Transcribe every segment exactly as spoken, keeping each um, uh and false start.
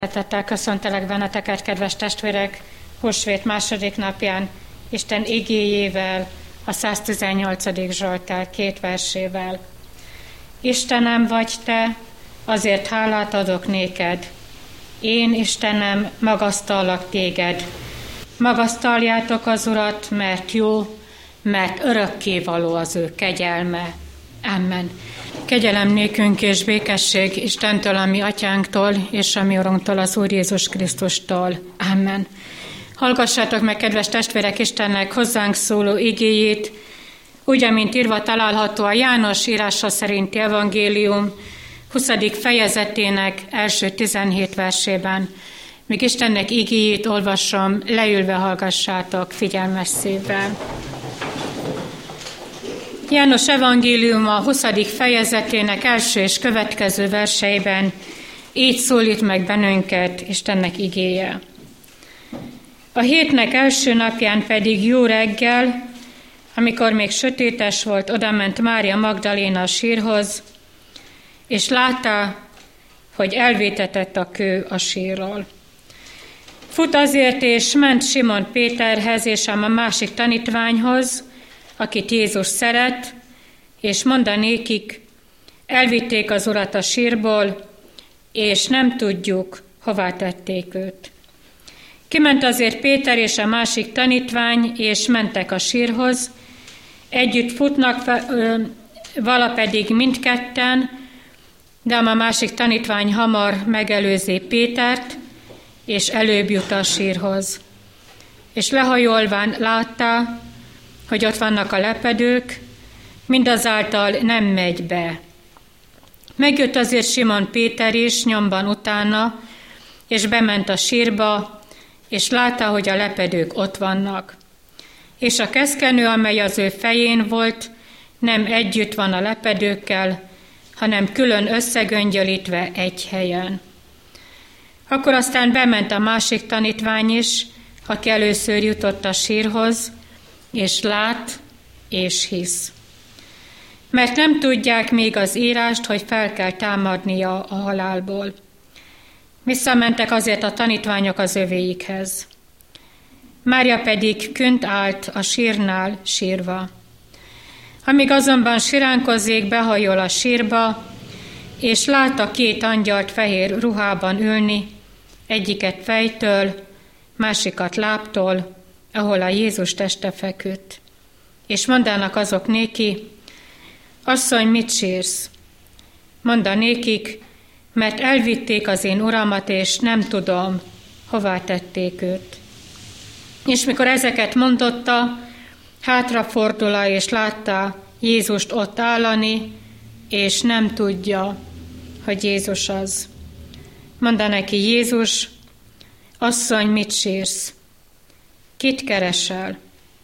Szeretettel köszöntelek benneteket, kedves testvérek, húsvét második napján, Isten igéjével, a száztizennyolcadik Zsoltár két versével. Istenem vagy te, azért hálát adok néked. Én, Istenem, magasztallak téged. Magasztaljátok az Urat, mert jó, mert örökkévaló az ő kegyelme. Amen. Kegyelem nékünk és békesség Istentől, a mi atyánktól, és a mi Urunktól, az Úr Jézus Krisztustól. Amen. Hallgassátok meg, kedves testvérek, Istennek hozzánk szóló igéjét, úgy, amint írva található a János írása szerinti evangélium huszadik fejezetének első tizenhét versében. Míg Istennek igéjét olvasom, leülve hallgassátok figyelmes szívvel. János evangélium a huszadik fejezetének első és következő verseiben így szólít meg bennünket Istennek igéje. A hétnek első napján pedig jó reggel, amikor még sötétes volt, odament Mária Magdaléna a sírhoz, és látta, hogy elvétetett a kő a sírról. Fut azért, és ment Simon Péterhez és a másik tanítványhoz, akit Jézus szeret, és mondta nékik, elvitték az Urat a sírból, és nem tudjuk, hová tették őt. Kiment azért Péter és a másik tanítvány, és mentek a sírhoz. Együtt futnak, vala pedig mindketten, de a másik tanítvány hamar megelőzi Pétert, és előbb jut a sírhoz. És lehajolván látta, hogy ott vannak a lepedők, mindazáltal nem megy be. Megjött azért Simon Péter is, nyomban utána, és bement a sírba, és látta, hogy a lepedők ott vannak. És a keszkenő, amely az ő fején volt, nem együtt van a lepedőkkel, hanem külön összegöngyölítve egy helyen. Akkor aztán bement a másik tanítvány is, aki először jutott a sírhoz, és lát, és hisz. Mert nem tudják még az írást, hogy fel kell támadnia a halálból. Visszamentek azért a tanítványok az övéikhez. Mária pedig künt állt a sírnál sírva. Amíg azonban siránkozzék, behajol a sírba, és látta két angyalt fehér ruhában ülni, egyiket fejtől, másikat lábtól, ahol a Jézus teste feküdt. És mondanak azok néki, asszony, mit sírsz? Mondta nékik, mert elvitték az én uramat, és nem tudom, hová tették őt. És mikor ezeket mondotta, hátrafordul, és látta Jézust ott állani, és nem tudja, hogy Jézus az. Mondta neki Jézus, asszony, mit sírsz? Kit keresel?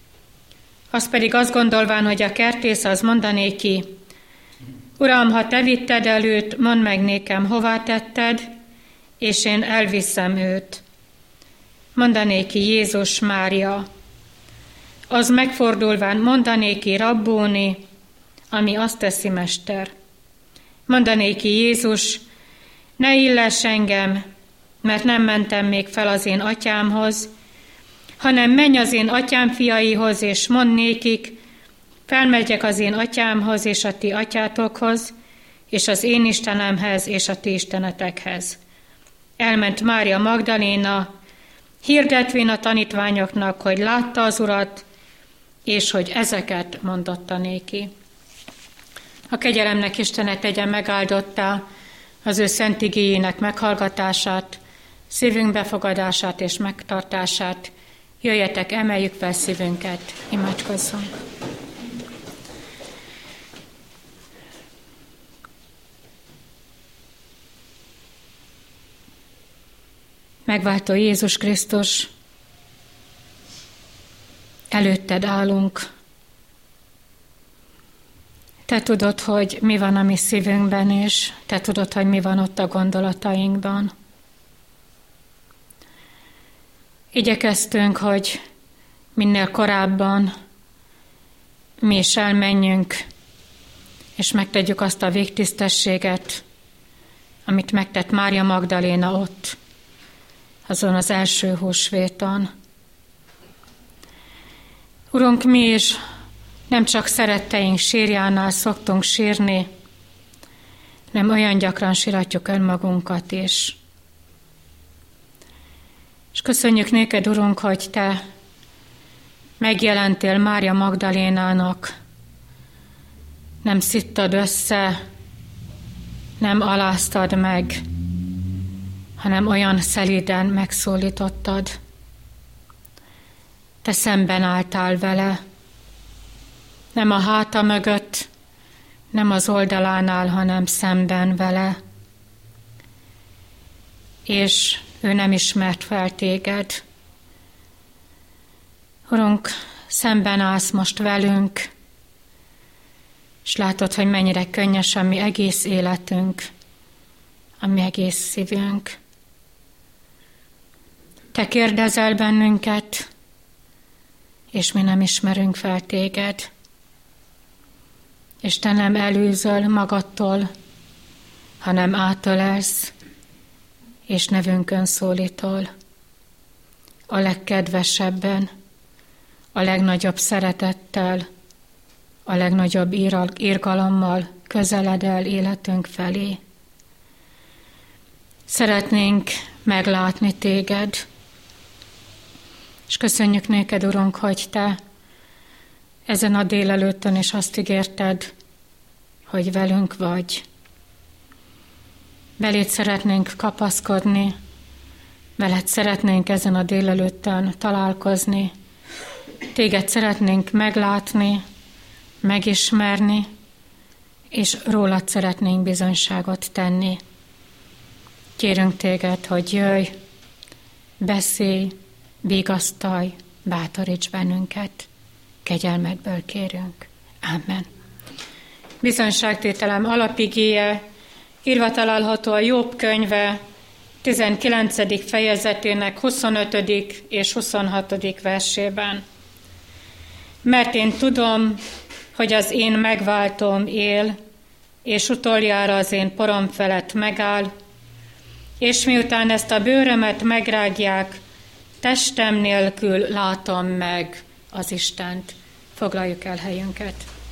Az pedig azt gondolván, hogy a kertész, az mondanéki, Uram, ha te vitted előtt, mondd meg nékem, hová tetted, és én elviszem őt. Mondanéki Jézus, Mária. Az megfordulván mondanéki Rabbóni, ami azt teszi, mester. Mondanéki Jézus, ne illess engem, mert nem mentem még fel az én atyámhoz, hanem menj az én atyám fiaihoz, és mondd nékik, felmegyek az én atyámhoz és a ti atyátokhoz, és az én Istenemhez és a ti istenetekhez. Elment Mária Magdaléna, hirdetvén a tanítványoknak, hogy látta az Urat, és hogy ezeket mondotta néki. A kegyelemnek Istene tegye megáldottá az ő szent igéjének meghallgatását, szívünk befogadását és megtartását. Jöjjetek, emeljük fel szívünket, imádkozzunk. Megváltó Jézus Krisztus, előtted állunk. Te tudod, hogy mi van a mi szívünkben, és te tudod, hogy mi van ott a gondolatainkban. Igyekeztünk, hogy minél korábban mi is elmenjünk, és megtegyük azt a végtisztességet, amit megtett Mária Magdaléna ott, azon az első húsvéton. Urunk, mi is nem csak szeretteink sírjánál szoktunk sírni, hanem olyan gyakran síratjuk önmagunkat is. És köszönjük néked, Urunk, hogy Te megjelentél Mária Magdalénának, nem szittad össze, nem aláztad meg, hanem olyan szelíden megszólítottad. Te szemben álltál vele, nem a háta mögött, nem az oldalánál, hanem szemben vele. És ő nem ismert fel téged. Urunk, szemben állsz most velünk, és látod, hogy mennyire könnyes a mi egész életünk, a mi egész szívünk. Te kérdezel bennünket, és mi nem ismerünk fel téged. És te nem elűzöl magadtól, hanem átölelsz, és nevünkön szólítol. A legkedvesebben, a legnagyobb szeretettel, a legnagyobb irgalommal közeled el életünk felé. Szeretnénk meglátni téged, és köszönjük néked, Urunk, hogy te ezen a délelőttön is azt ígérted, hogy velünk vagy. Beléd szeretnénk kapaszkodni, veled szeretnénk ezen a délelőttön találkozni, téged szeretnénk meglátni, megismerni, és rólad szeretnénk bizonyságot tenni. Kérünk téged, hogy jöjj, beszélj, vigasztalj, bátoríts bennünket. Kegyelmedből kérünk. Ámen. Bizonyságtételem alapigéje írva található a Jobb könyve tizenkilencedik fejezetének huszonötödik és huszonhatodik versében. Mert én tudom, hogy az én megváltóm él, és utoljára az én porom felett megáll, és miután ezt a bőrömet megrágják, testem nélkül látom meg az Istent. Foglaljuk el helyünket.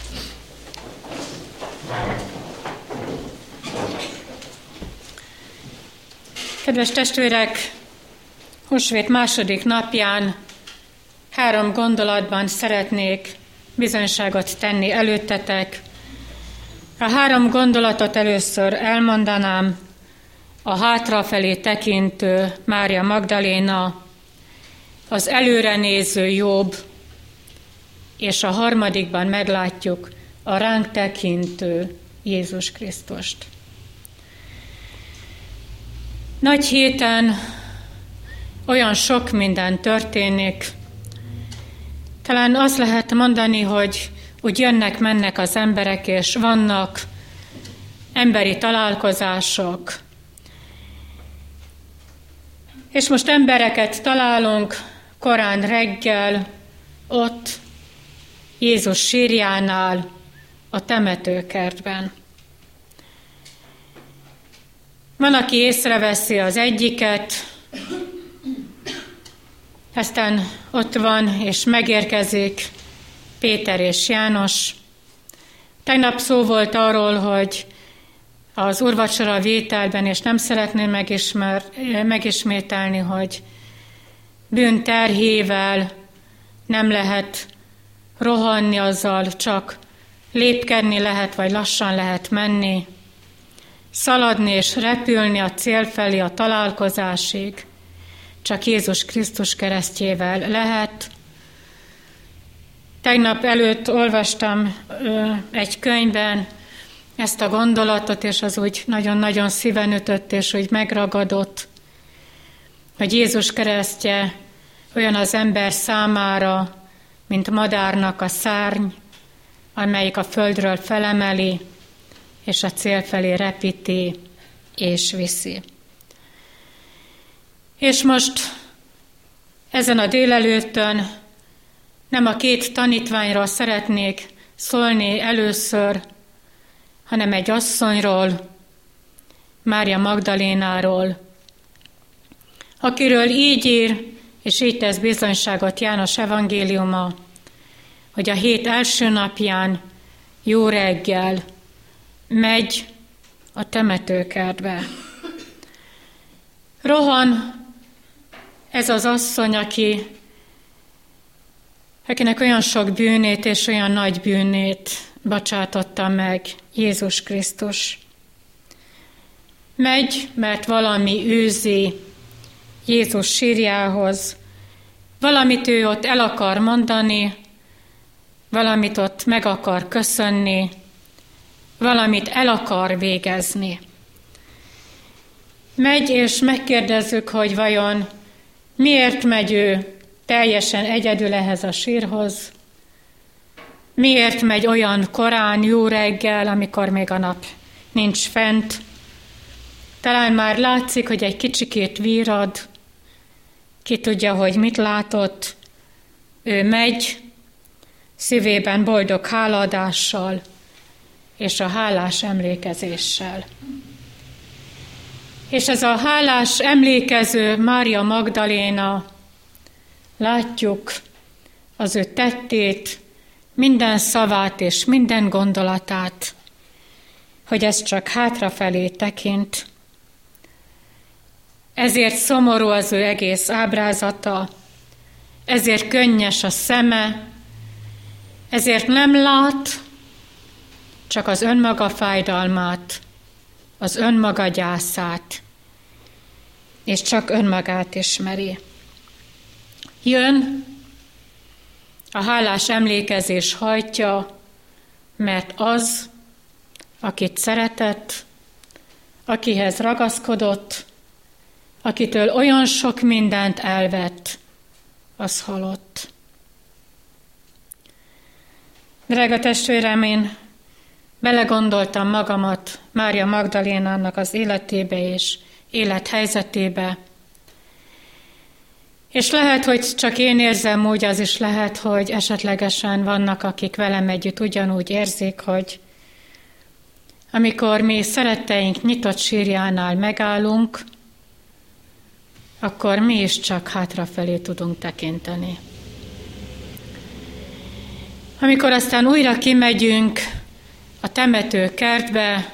Kedves testvérek, húsvét második napján három gondolatban szeretnék bizonyságot tenni előttetek. A három gondolatot először elmondanám: a hátrafelé tekintő Mária Magdaléna, az előrenéző Jobb, és a harmadikban meglátjuk a ránk tekintő Jézus Krisztust. Nagy héten olyan sok minden történik. Talán azt lehet mondani, hogy úgy jönnek-mennek az emberek, és vannak emberi találkozások. És most embereket találunk korán reggel, ott Jézus sírjánál, a temetőkertben. Van, aki észreveszi az egyiket, aztán ott van, és megérkezik Péter és János. Tegnap szó volt arról, hogy az úrvacsora vételben, és nem szeretném megismer, megismételni, hogy bűn terhével nem lehet rohanni, azzal csak lépkedni lehet, vagy lassan lehet menni, szaladni és repülni a cél felé, a találkozásig, csak Jézus Krisztus keresztjével lehet. Tegnap előtt olvastam ö, egy könyvben ezt a gondolatot, és az úgy nagyon-nagyon szíven ütött, és úgy megragadott, hogy Jézus keresztje olyan az ember számára, mint madárnak a szárny, amelyik a földről felemeli, és a cél felé repíti és viszi. És most ezen a délelőttön nem a két tanítványról szeretnék szólni először, hanem egy asszonyról, Mária Magdalénáról, akiről így ír, és így tesz bizonyságot János evangéliuma, hogy a hét első napján jó reggel megy a temetőkertbe. Rohan ez az asszony, aki, akinek olyan sok bűnét és olyan nagy bűnét bocsátotta meg Jézus Krisztus. Megy, mert valami űzi Jézus sírjához, valamit ő ott el akar mondani, valamit ott meg akar köszönni, valamit el akar végezni. Megy, és megkérdezzük, hogy vajon miért megy ő teljesen egyedül ehhez a sírhoz, miért megy olyan korán, jó reggel, amikor még a nap nincs fent. Talán már látszik, hogy egy kicsikét vírad, ki tudja, hogy mit látott. Ő megy, szívében boldog hálaadással és a hálás emlékezéssel. És ez a hálás emlékező Mária Magdaléna, látjuk az ő tettét, minden szavát és minden gondolatát, hogy ez csak hátrafelé tekint. Ezért szomorú az ő egész ábrázata, ezért könnyes a szeme, ezért nem lát, csak az önmaga fájdalmát, az önmaga gyászát, és csak önmagát ismeri. Jön, a hálás emlékezés hajtja, mert az, akit szeretett, akihez ragaszkodott, akitől olyan sok mindent elvett, az halott. Drága testvérem, én belegondoltam magamat Mária Magdalénának az életébe és élethelyzetébe, és lehet, hogy csak én érzem úgy, az is lehet, hogy esetlegesen vannak, akik velem együtt ugyanúgy érzik, hogy amikor mi szeretteink nyitott sírjánál megállunk, akkor mi is csak hátrafelé tudunk tekinteni. Amikor aztán újra kimegyünk a temető kertbe,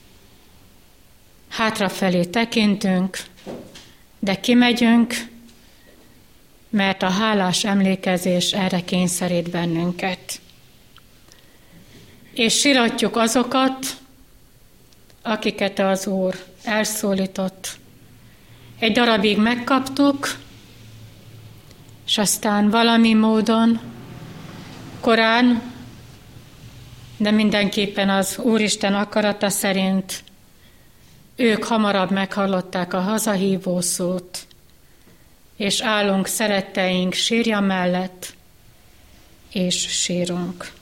hátrafelé tekintünk, de kimegyünk, mert a hálás emlékezés erre kényszerít bennünket. És siratjuk azokat, akiket az Úr elszólított. Egy darabig megkaptuk, és aztán valami módon, korán, de mindenképpen az Úristen akarata szerint ők hamarabb meghallották a hazahívó szót, és állunk szeretteink sírja mellett, és sírunk.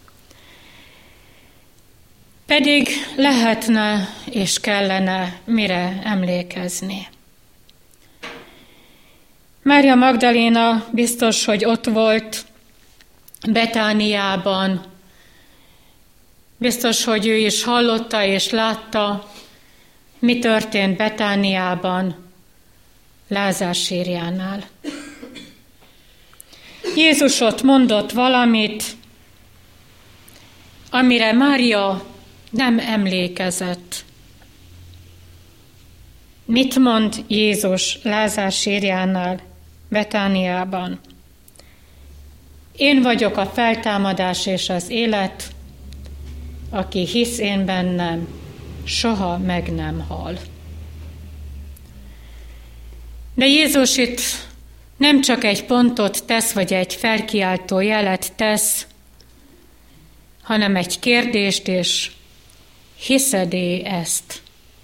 Pedig lehetne és kellene mire emlékezni. Mária Magdaléna biztos, hogy ott volt Betániában, biztos, hogy ő is hallotta és látta, mi történt Betániában, Lázár sírjánál. Jézus ott mondott valamit, amire Mária nem emlékezett. Mit mond Jézus Lázár sírjánál, Betániában? Én vagyok a feltámadás és az élet, aki hisz én bennem, soha meg nem hal. De Jézus itt nem csak egy pontot tesz, vagy egy felkiáltó jelet tesz, hanem egy kérdést, és hiszed-e ezt?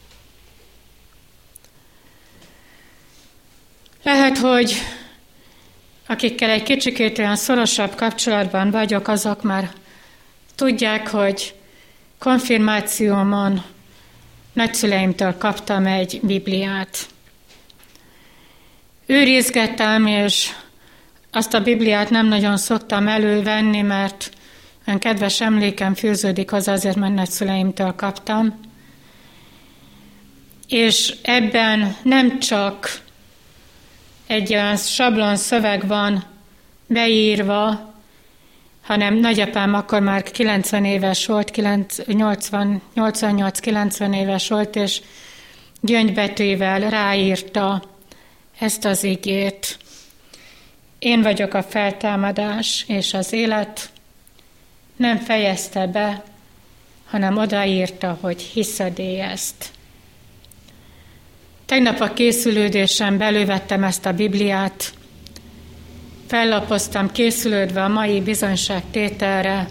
Lehet, hogy akikkel egy kicsikét olyan szorosabb kapcsolatban vagyok, azok már tudják, hogy konfirmációmon nagyszüleimtől kaptam egy Bibliát. Őrizgettem, és azt a Bibliát nem nagyon szoktam elővenni, mert olyan kedves emlékem fűződik hozzá, azért, mert nagyszüleimtől kaptam. És ebben nem csak egy olyan sablon szöveg van beírva, hanem nagyapám akkor már kilencven éves volt, nyolcvannyolc-kilencven éves volt, és gyöngybetűvel ráírta ezt az igét. Én vagyok a feltámadás és az élet. Nem fejezte be, hanem odaírta, hogy hiszed-e ezt. Tegnap a készülődésen belővettem ezt a Bibliát, fellapoztam készülődve a mai bizonyságtételre,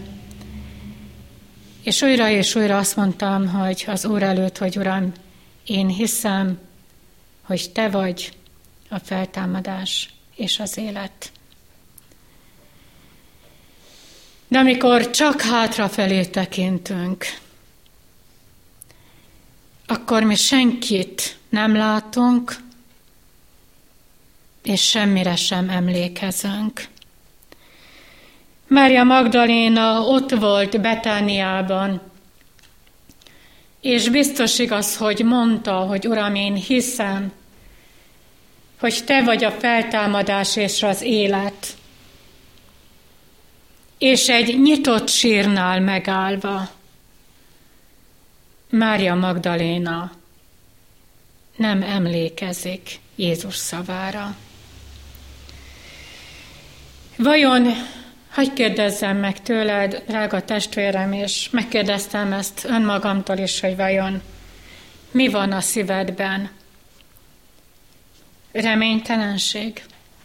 és újra és újra azt mondtam, hogy az Úr előtt, hogy Uram, én hiszem, hogy Te vagy a feltámadás és az élet. De amikor csak hátrafelé tekintünk, akkor mi senkit nem látunk, és semmire sem emlékezünk. Mária Magdaléna ott volt Betániában, és biztos igaz, hogy mondta, hogy Uram, én hiszem, hogy Te vagy a feltámadás és az élet. És egy nyitott sírnál megállva, Mária Magdaléna nem emlékezik Jézus szavára. Vajon, hadd kérdezzem meg tőled, drága testvérem, és megkérdeztem ezt önmagamtól is, hogy vajon mi van a szívedben? Reménytelenség?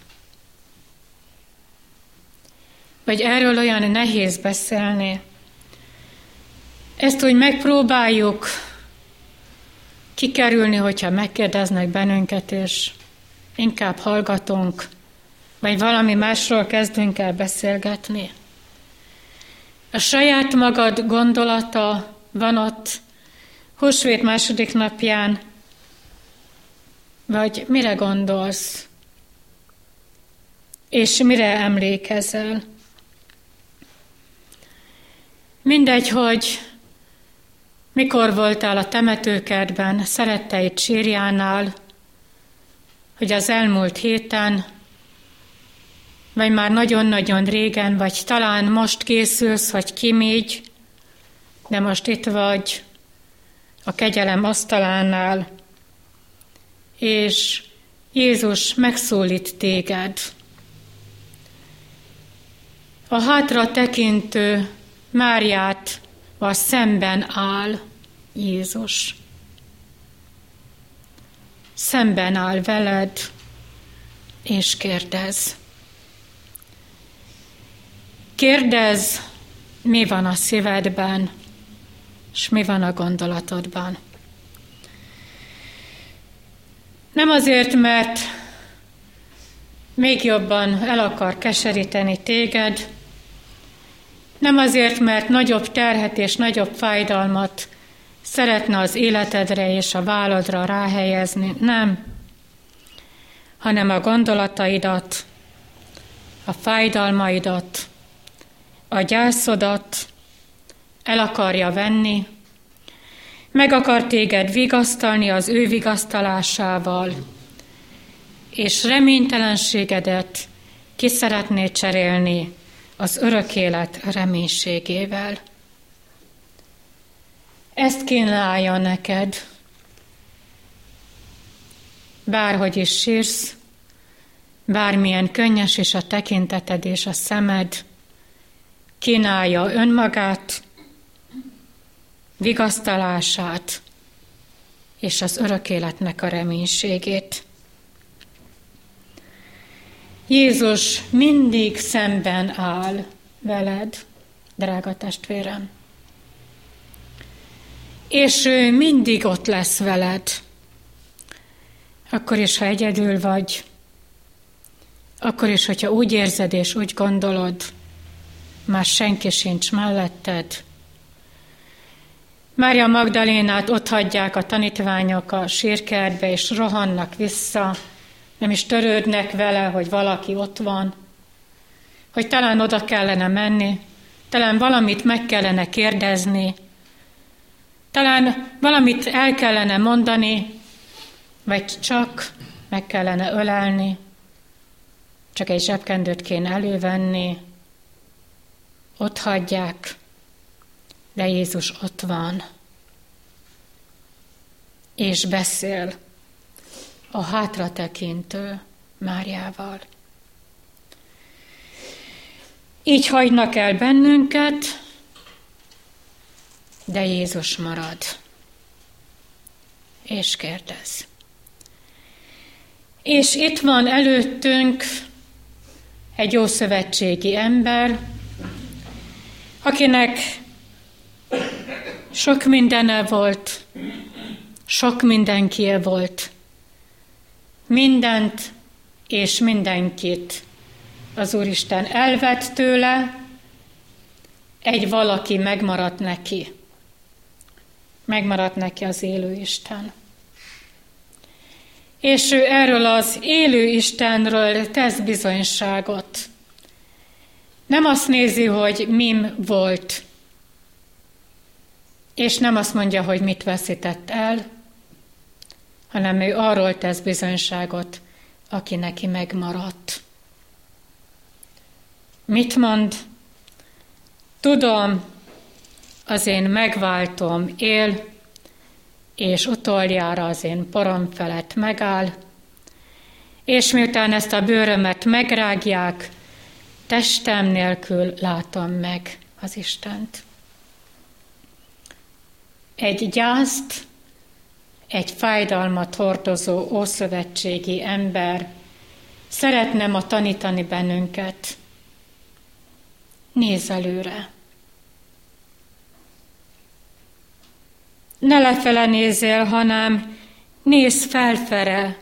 Vagy erről olyan nehéz beszélni? Ezt úgy megpróbáljuk kikerülni, hogyha megkérdeznek bennünket, és inkább hallgatunk, vagy valami másról kezdünk el beszélgetni. A saját magad gondolata van ott húsvét második napján, vagy mire gondolsz, és mire emlékezel. Mindegy, hogy mikor voltál a temetőkertben, szeretteid sírjánál, hogy az elmúlt héten, vagy már nagyon-nagyon régen, vagy talán most készülsz, hogy kimégy, de most itt vagy a kegyelem asztalánál, és Jézus megszólít téged. A hátra tekintő Máriát vagy szemben áll Jézus. Szemben áll veled, és kérdez. Kérdezz, mi van a szívedben, és mi van a gondolatodban. Nem azért, mert még jobban el akar keseríteni téged, nem azért, mert nagyobb terhet és nagyobb fájdalmat szeretne az életedre és a válladra ráhelyezni, nem, hanem a gondolataidat, a fájdalmaidat, a gyászodat el akarja venni, meg akar téged vigasztalni az ő vigasztalásával, és reménytelenségedet ki szeretné cserélni az örök élet reménységével. Ezt kínálja neked, bárhogy is sírsz, bármilyen könnyes is a tekinteted és a szemed, kínálja önmagát, vigasztalását és az örök életnek a reménységét. Jézus mindig szemben áll veled, drága testvérem. És ő mindig ott lesz veled. Akkor is, ha egyedül vagy, akkor is, hogyha úgy érzed és úgy gondolod, már senki sincs melletted. Mária Magdalénát ott hagyják a tanítványok a sírkertbe, és rohannak vissza, nem is törődnek vele, hogy valaki ott van, hogy talán oda kellene menni, talán valamit meg kellene kérdezni, talán valamit el kellene mondani, vagy csak meg kellene ölelni, csak egy zsebkendőt kéne elővenni, ott hagyják, de Jézus ott van, és beszél a hátratekintő Máriával. Így hagynak el bennünket, de Jézus marad, és kérdez. És itt van előttünk egy ószövetségi ember, akinek sok mindene volt, sok mindenkie volt. Mindent és mindenkit az Úristen elvett tőle, egy valaki megmaradt neki. Megmaradt neki az élő Isten. És ő erről az élő Istenről tesz bizonyságot. Nem azt nézi, hogy mim volt, és nem azt mondja, hogy mit veszített el, hanem ő arról tesz bizonyságot, aki neki megmaradt. Mit mond? Tudom, az én megváltom él, és utoljára az én porom felett megáll, és miután ezt a bőrömet megrágják, testem nélkül látom meg az Istent. Egy gyászt, egy fájdalmat hordozó ószövetségi ember szeretne ma tanítani bennünket. Nézz előre! Ne lefele nézzél, hanem nézz felfele.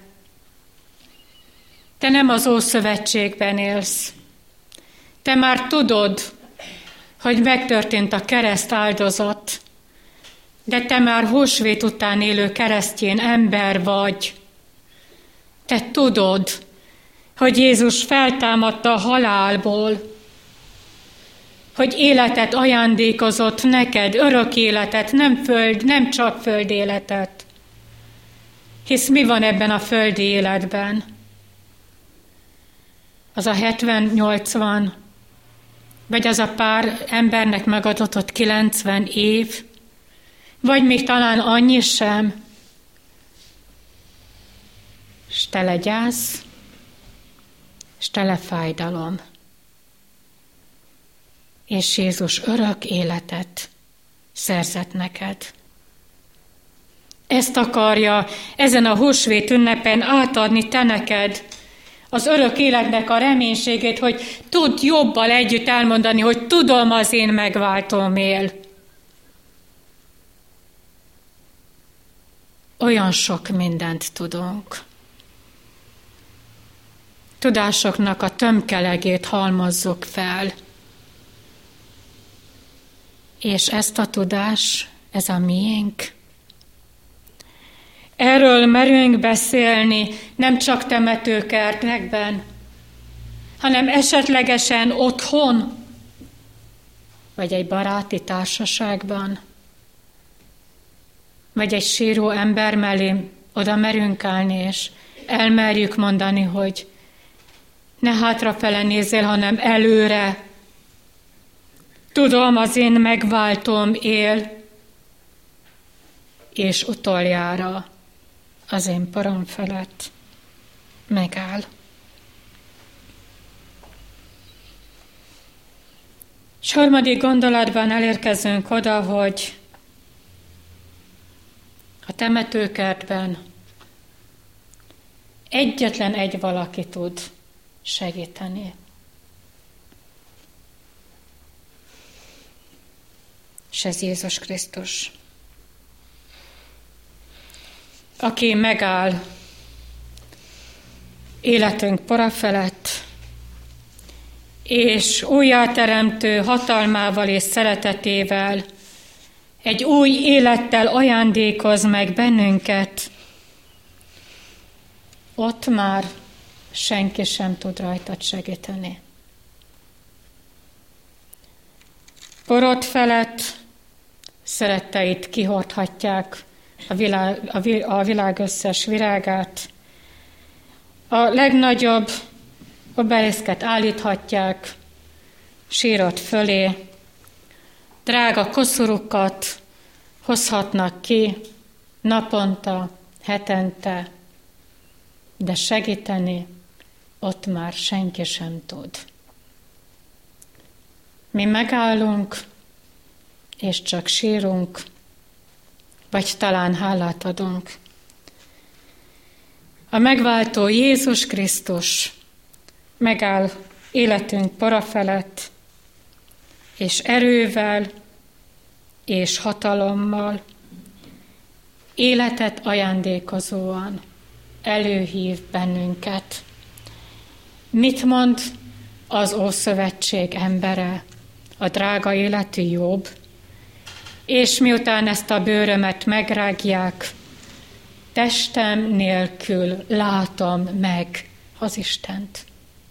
Te nem az Ószövetségben élsz. Te már tudod, hogy megtörtént a kereszt áldozat, de te már húsvét után élő keresztjén ember vagy. Te tudod, hogy Jézus feltámadta a halálból, hogy életet ajándékozott neked, örök életet, nem, föld, nem csak föld életet. Hisz mi van ebben a földi életben? Az a hetven-nyolcvan, vagy az a pár embernek megadatott kilencven év, vagy még talán annyi sem. S tele gyász, s tele fájdalom. És Jézus örök életet szerzett neked. Ezt akarja ezen a húsvét ünnepen átadni te neked, az örök életnek a reménységét, hogy tudd jobbal együtt elmondani, hogy tudom, az én megváltóm él. Olyan sok mindent tudunk. Tudásoknak a tömkelegét halmozzuk fel. És ezt a tudás, ez a miénk. Erről merünk beszélni nem csak temetőkertekben, hanem esetlegesen otthon, vagy egy baráti társaságban, vagy egy síró ember mellé oda merünk állni, és elmerjük mondani, hogy ne hátrafele nézzél, hanem előre. Tudom, az én megváltom él, és utoljára az én porom felett megáll. És harmadik gondolatban elérkezünk oda, hogy a temetőkertben egyetlen egy valaki tud segíteni. És ez Jézus Krisztus, aki megáll életünk pora felett, és újjáteremtő hatalmával és szeretetével egy új élettel ajándékoz meg bennünket. Ott már senki sem tud rajtad segíteni. Porod felett szeretteit kihordhatják a világ, a világ összes virágát. A legnagyobb obeliszket állíthatják sírat fölé, drága koszorúkat hozhatnak ki naponta, hetente, de segíteni ott már senki sem tud. Mi megállunk, és csak sírunk, vagy talán hálát adunk. A megváltó Jézus Krisztus megáll életünk pora felett, és erővel és hatalommal, életet ajándékozóan előhív bennünket. Mit mond az Ószövetség embere, a drága életű Jobb? És miután ezt a bőrömet megrágják, testem nélkül látom meg az Istent.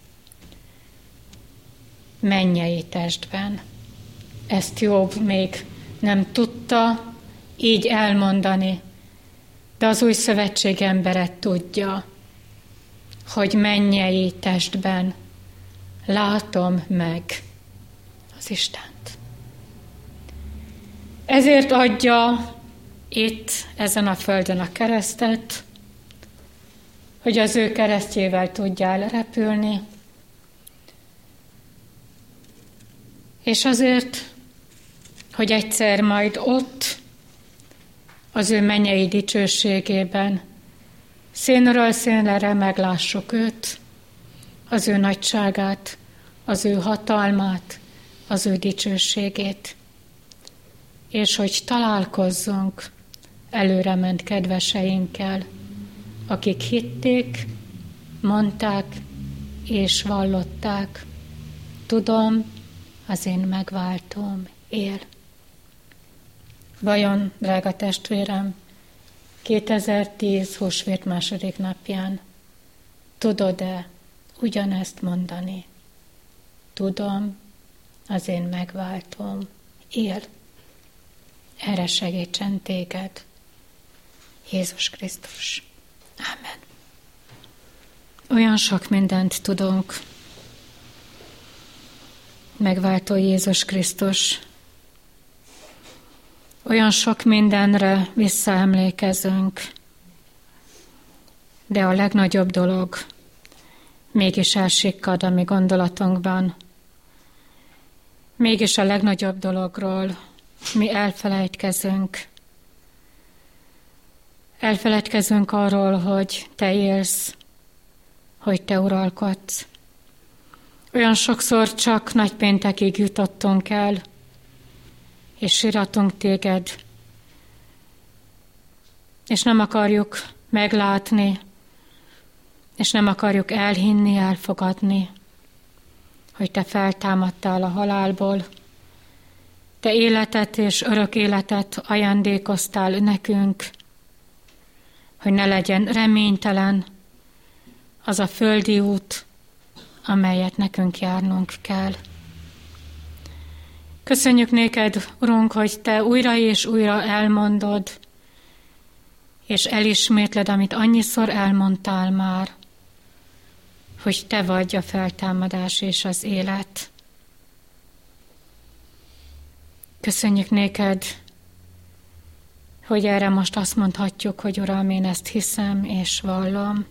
Mennyei testben. Ezt Jobb még nem tudta így elmondani, de az Új Szövetség embere tudja, hogy mennyei testben látom meg az Istent. Ezért adja itt, ezen a földön a keresztet, hogy az ő keresztjével tudjál repülni, és azért, hogy egyszer majd ott, az ő mennyei dicsőségében, színről színre meglássuk őt, az ő nagyságát, az ő hatalmát, az ő dicsőségét, és hogy találkozzunk előrement kedveseinkkel, akik hitték, mondták és vallották, tudom, az én megváltóm él. Vajon, drága testvérem, kétezer-tíz húsvét második napján tudod-e ugyanezt mondani? Tudom, az én megváltóm él. Erre segítsen téged Jézus Krisztus. Ámen. Olyan sok mindent tudunk. Megváltó Jézus Krisztus. Olyan sok mindenre visszaemlékezünk, de a legnagyobb dolog mégis elsikkad a mi gondolatunkban. Mégis a legnagyobb dologról mi elfelejtkezünk. Elfelejtkezünk arról, hogy te élsz, hogy te uralkodsz. Olyan sokszor csak nagypéntekig jutottunk el, és síratunk téged, és nem akarjuk meglátni, és nem akarjuk elhinni, elfogadni, hogy te feltámadtál a halálból, te életet és örök életet ajándékoztál nekünk, hogy ne legyen reménytelen az a földi út, amelyet nekünk járnunk kell. Köszönjük néked, Urunk, hogy te újra és újra elmondod, és elismétled, amit annyiszor elmondtál már, hogy te vagy a feltámadás és az élet. Köszönjük néked, hogy erre most azt mondhatjuk, hogy Uram, én ezt hiszem és vallom.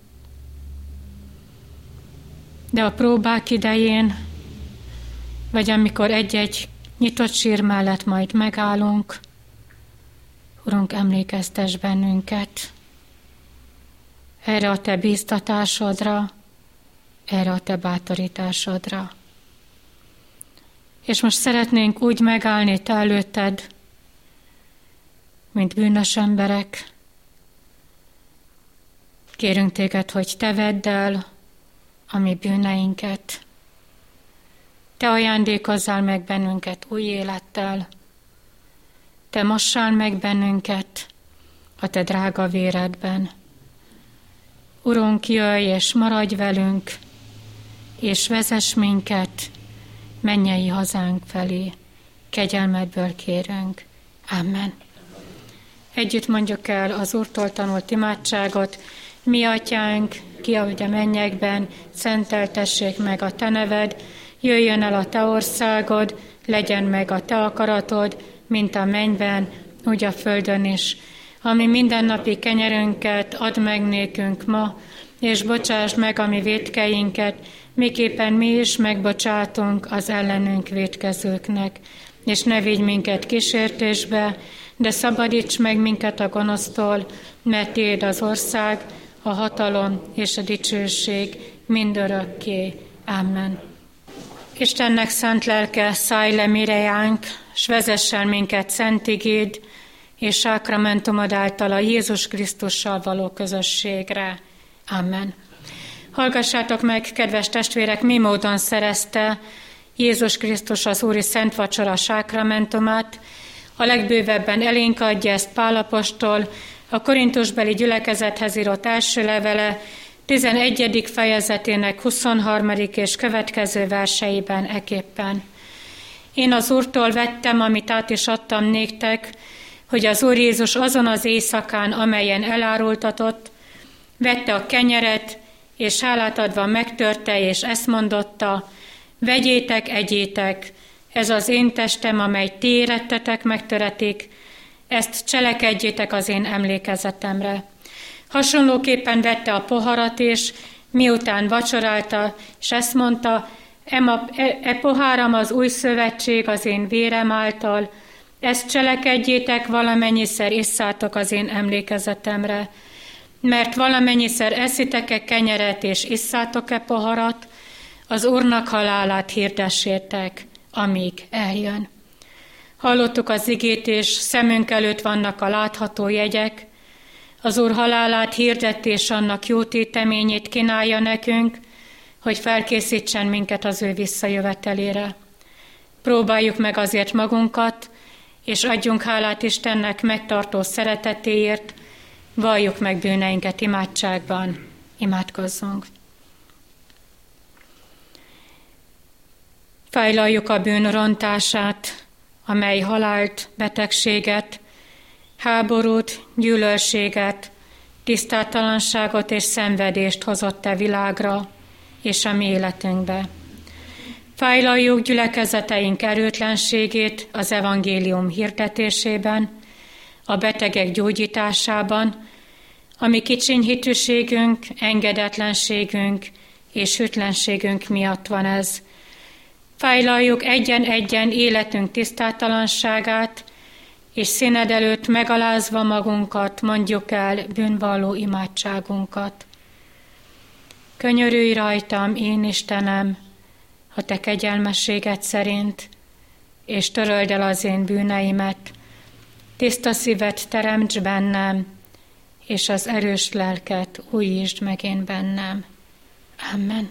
De a próbák idején, vagy amikor egy-egy nyitott sír mellett majd megállunk, Urunk, emlékeztess bennünket erre a te bíztatásodra, erre a te bátorításodra. És most szeretnénk úgy megállni te előtted, mint bűnös emberek. Kérünk téged, hogy te vedd el a mi bűneinket. Te ajándékozzál meg bennünket új élettel. Te mossál meg bennünket a te drága véredben. Urunk, jöjj és maradj velünk, és vezess minket mennyei hazánk felé. Kegyelmedből kérünk. Amen. Együtt mondjuk el az Úrtól tanult imádságot. Mi atyánk, ki, ahogy a mennyekben, szenteltessék meg a te neved, jöjjön el a te országod, legyen meg a te akaratod, mint a mennyben, úgy a földön is. Ami mindennapi kenyerünket add meg nékünk ma, és bocsásd meg a mi vétkeinket, miképpen mi is megbocsátunk az ellenünk vétkezőknek. És ne vigy minket kísértésbe, de szabadíts meg minket a gonosztól, mert tiéd az ország, a hatalom és a dicsőség mindörökké. Amen. Istennek szent lelke, szállj le mireánk, s vezessen minket szent igéd, és sákramentumod által a Jézus Krisztussal való közösségre. Amen. Hallgassátok meg, kedves testvérek, mi módon szerezte Jézus Krisztus az Úri Szent Vacsora sákramentumát. A legbővebben elénk adja ezt Pál apostol, a korintusbeli gyülekezethez írott első levele tizenegyedik fejezetének huszonharmadik és következő verseiben eképpen. Én az Úrtól vettem, amit át is adtam néktek, hogy az Úr Jézus azon az éjszakán, amelyen elárultatott, vette a kenyeret, és hálát adva megtörte, és ezt mondotta: vegyétek, egyétek, ez az én testem, amely ti érettetek megtöretik, ezt cselekedjétek az én emlékezetemre. Hasonlóképpen vette a poharat is, miután vacsorálta, és ezt mondta: e, e, e poháram az új szövetség az én vérem által, ezt cselekedjétek, valamennyiszer isszátok az én emlékezetemre. Mert valamennyiszer eszitek-e kenyeret és isszátok-e poharat, az Úrnak halálát hirdessétek, amíg eljön. Hallottuk az igét, és szemünk előtt vannak a látható jegyek. Az Úr halálát hirdett, és annak jó téteményét kínálja nekünk, hogy felkészítsen minket az ő visszajövetelére. Próbáljuk meg azért magunkat, és adjunk hálát Istennek megtartó szeretetéért, valljuk meg bűneinket imádságban, imádkozzunk. Fájlaljuk a bűn rontását, amely halált, betegséget, háborút, gyűlölséget, tisztátalanságot és szenvedést hozott a világra és a mi életünkbe. Fájlaljuk gyülekezeteink erőtlenségét az evangélium hirdetésében, a betegek gyógyításában, ami kicsiny hitűségünk, engedetlenségünk és hűtlenségünk miatt van ez. Fájlaljuk egyen-egyen életünk tisztátalanságát, és színed előtt megalázva magunkat mondjuk el bűnvalló imádságunkat. Könyörülj rajtam, én Istenem, a te kegyelmességed szerint, és töröld el az én bűneimet, tiszta szívet teremts bennem, és az erős lelket újítsd meg én bennem. Amen.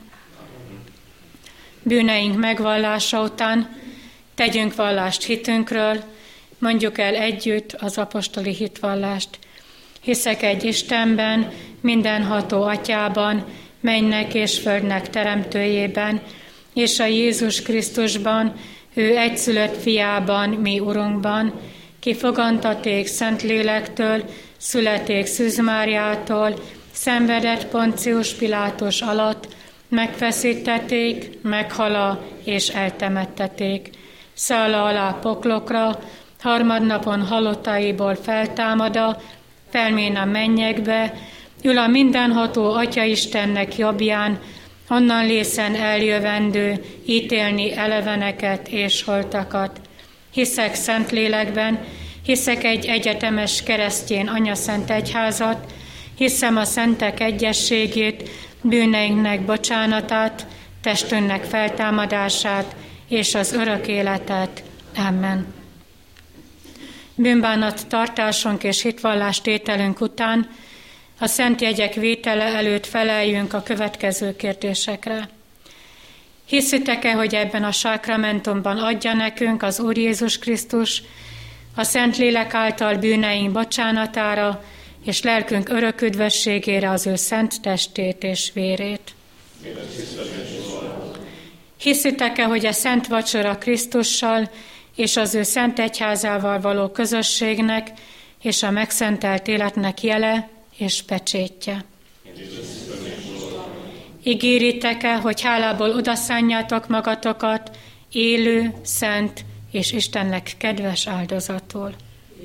Bűneink megvallása után tegyünk vallást hitünkről, mondjuk el együtt az apostoli hitvallást. Hiszek egy Istenben, mindenható Atyában, mennek és földnek teremtőjében, és a Jézus Krisztusban, ő egyszülött fiában, mi Urunkban, ki fogantaték Szentlélektől, születék Szűz Máriától, szenvedett Poncius Pilátus alatt, megfeszítették, meghala és eltemetteték. Szálla alá poklokra, harmadnapon halottaiból feltámada, felmén a mennyekbe, ül a mindenható Atya Istennek jobbján, onnan lészen eljövendő, ítélni eleveneket és holtakat. Hiszek Szentlélekben, hiszek egy egyetemes keresztjén anyaszent egyházat, hiszem a szentek egyességét, bűneinknek bocsánatát, testünknek feltámadását és az örök életet. Amen. Bűnbánat tartásunk és hitvallás tételünk után a szent jegyek vétele előtt feleljünk a következő kérdésekre. Hiszitek-e, hogy ebben a sákramentumban adja nekünk az Úr Jézus Krisztus a Szentlélek által bűneink bocsánatára és lelkünk örök üdvösségére az ő szent testét és vérét? Hiszitek-e, hogy a szent vacsora Krisztussal és az ő szent egyházával való közösségnek és a megszentelt életnek jele és pecsétje? Ígéritek-e, hogy hálából odaszánjátok magatokat élő, szent és Istennek kedves áldozattól?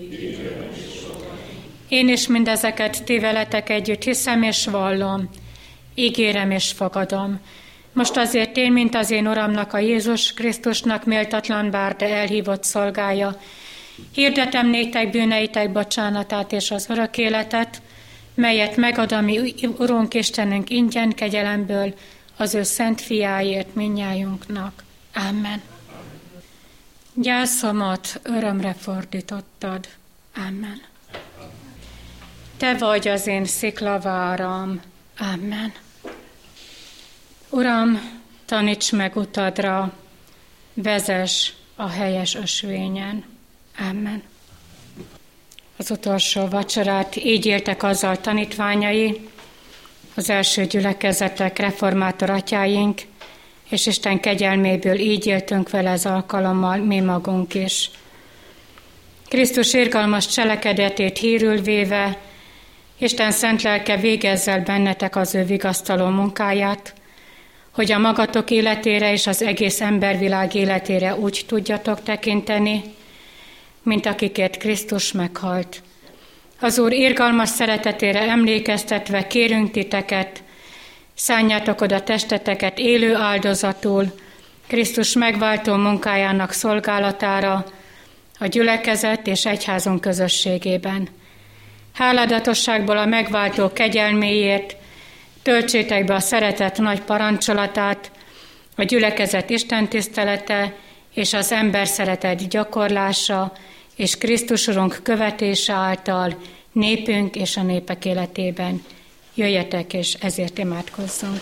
Én is mindezeket ti veletek együtt hiszem és vallom, ígérem és fogadom. Most azért én, mint az én Uramnak, a Jézus Krisztusnak méltatlan bár, de elhívott szolgája, hirdetem néktek bűneitek bocsánatát és az örök életet, melyet megad a mi Urunk Istenünk ingyen kegyelemből az ő szent fiáért mindnyájunknak. Amen. Gyászomat örömre fordítottad. Amen. Te vagy az én sziklaváram. Amen. Uram, taníts meg utadra, vezess a helyes ösvényen. Amen. Az utolsó vacsorát így éltek azzal tanítványai, az első gyülekezetek, reformátor atyáink, és Isten kegyelméből így éltünk vele az alkalommal mi magunk is. Krisztus irgalmas cselekedetét hírül véve, Isten szent lelke végezze el bennetek az ő vigasztaló munkáját, hogy a magatok életére és az egész embervilág életére úgy tudjatok tekinteni, mint akikért Krisztus meghalt. Az Úr irgalmas szeretetére emlékeztetve kérünk titeket, szánjátok oda testeteket élő áldozatul, Krisztus megváltó munkájának szolgálatára, a gyülekezet és egyházunk közösségében. Háladatosságból a megváltó kegyelméért töltsétek be a szeretet nagy parancsolatát, a gyülekezet istentisztelete és az ember szeretet gyakorlása, és Krisztus Urunk követése által népünk és a népek életében. Jöjjetek, és ezért imádkozzunk.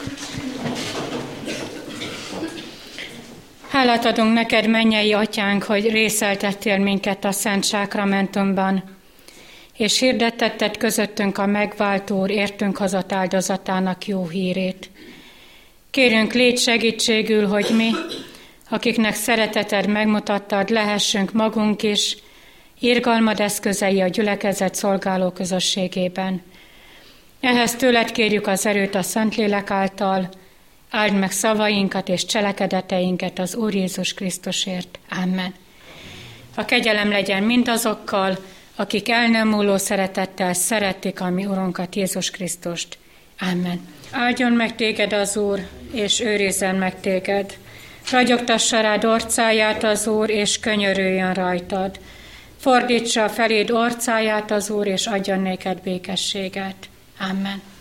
Hálát adunk neked, mennyei atyánk, hogy részeltettél minket a Szent Sákramentumban, és hirdettetted közöttünk a megváltó Úr értünk hazat áldozatának jó hírét. Kérünk, légy segítségül, hogy mi, akiknek szereteted megmutattad, lehessünk magunk is, irgalmad eszközei a gyülekezet szolgáló közösségében. Ehhez tőled kérjük az erőt a Szentlélek által, áld meg szavainkat és cselekedeteinket az Úr Jézus Krisztusért. Amen. A kegyelem legyen mindazokkal, akik el nem múló szeretettel szeretik a mi Urunkat, Jézus Krisztust. Amen. Áldjon meg téged az Úr, és őrizzen meg téged. Ragyogtassa rád orcáját az Úr, és könyörüljön rajtad. Fordítsa feléd orcáját az Úr, és adjon néked békességet. Amen.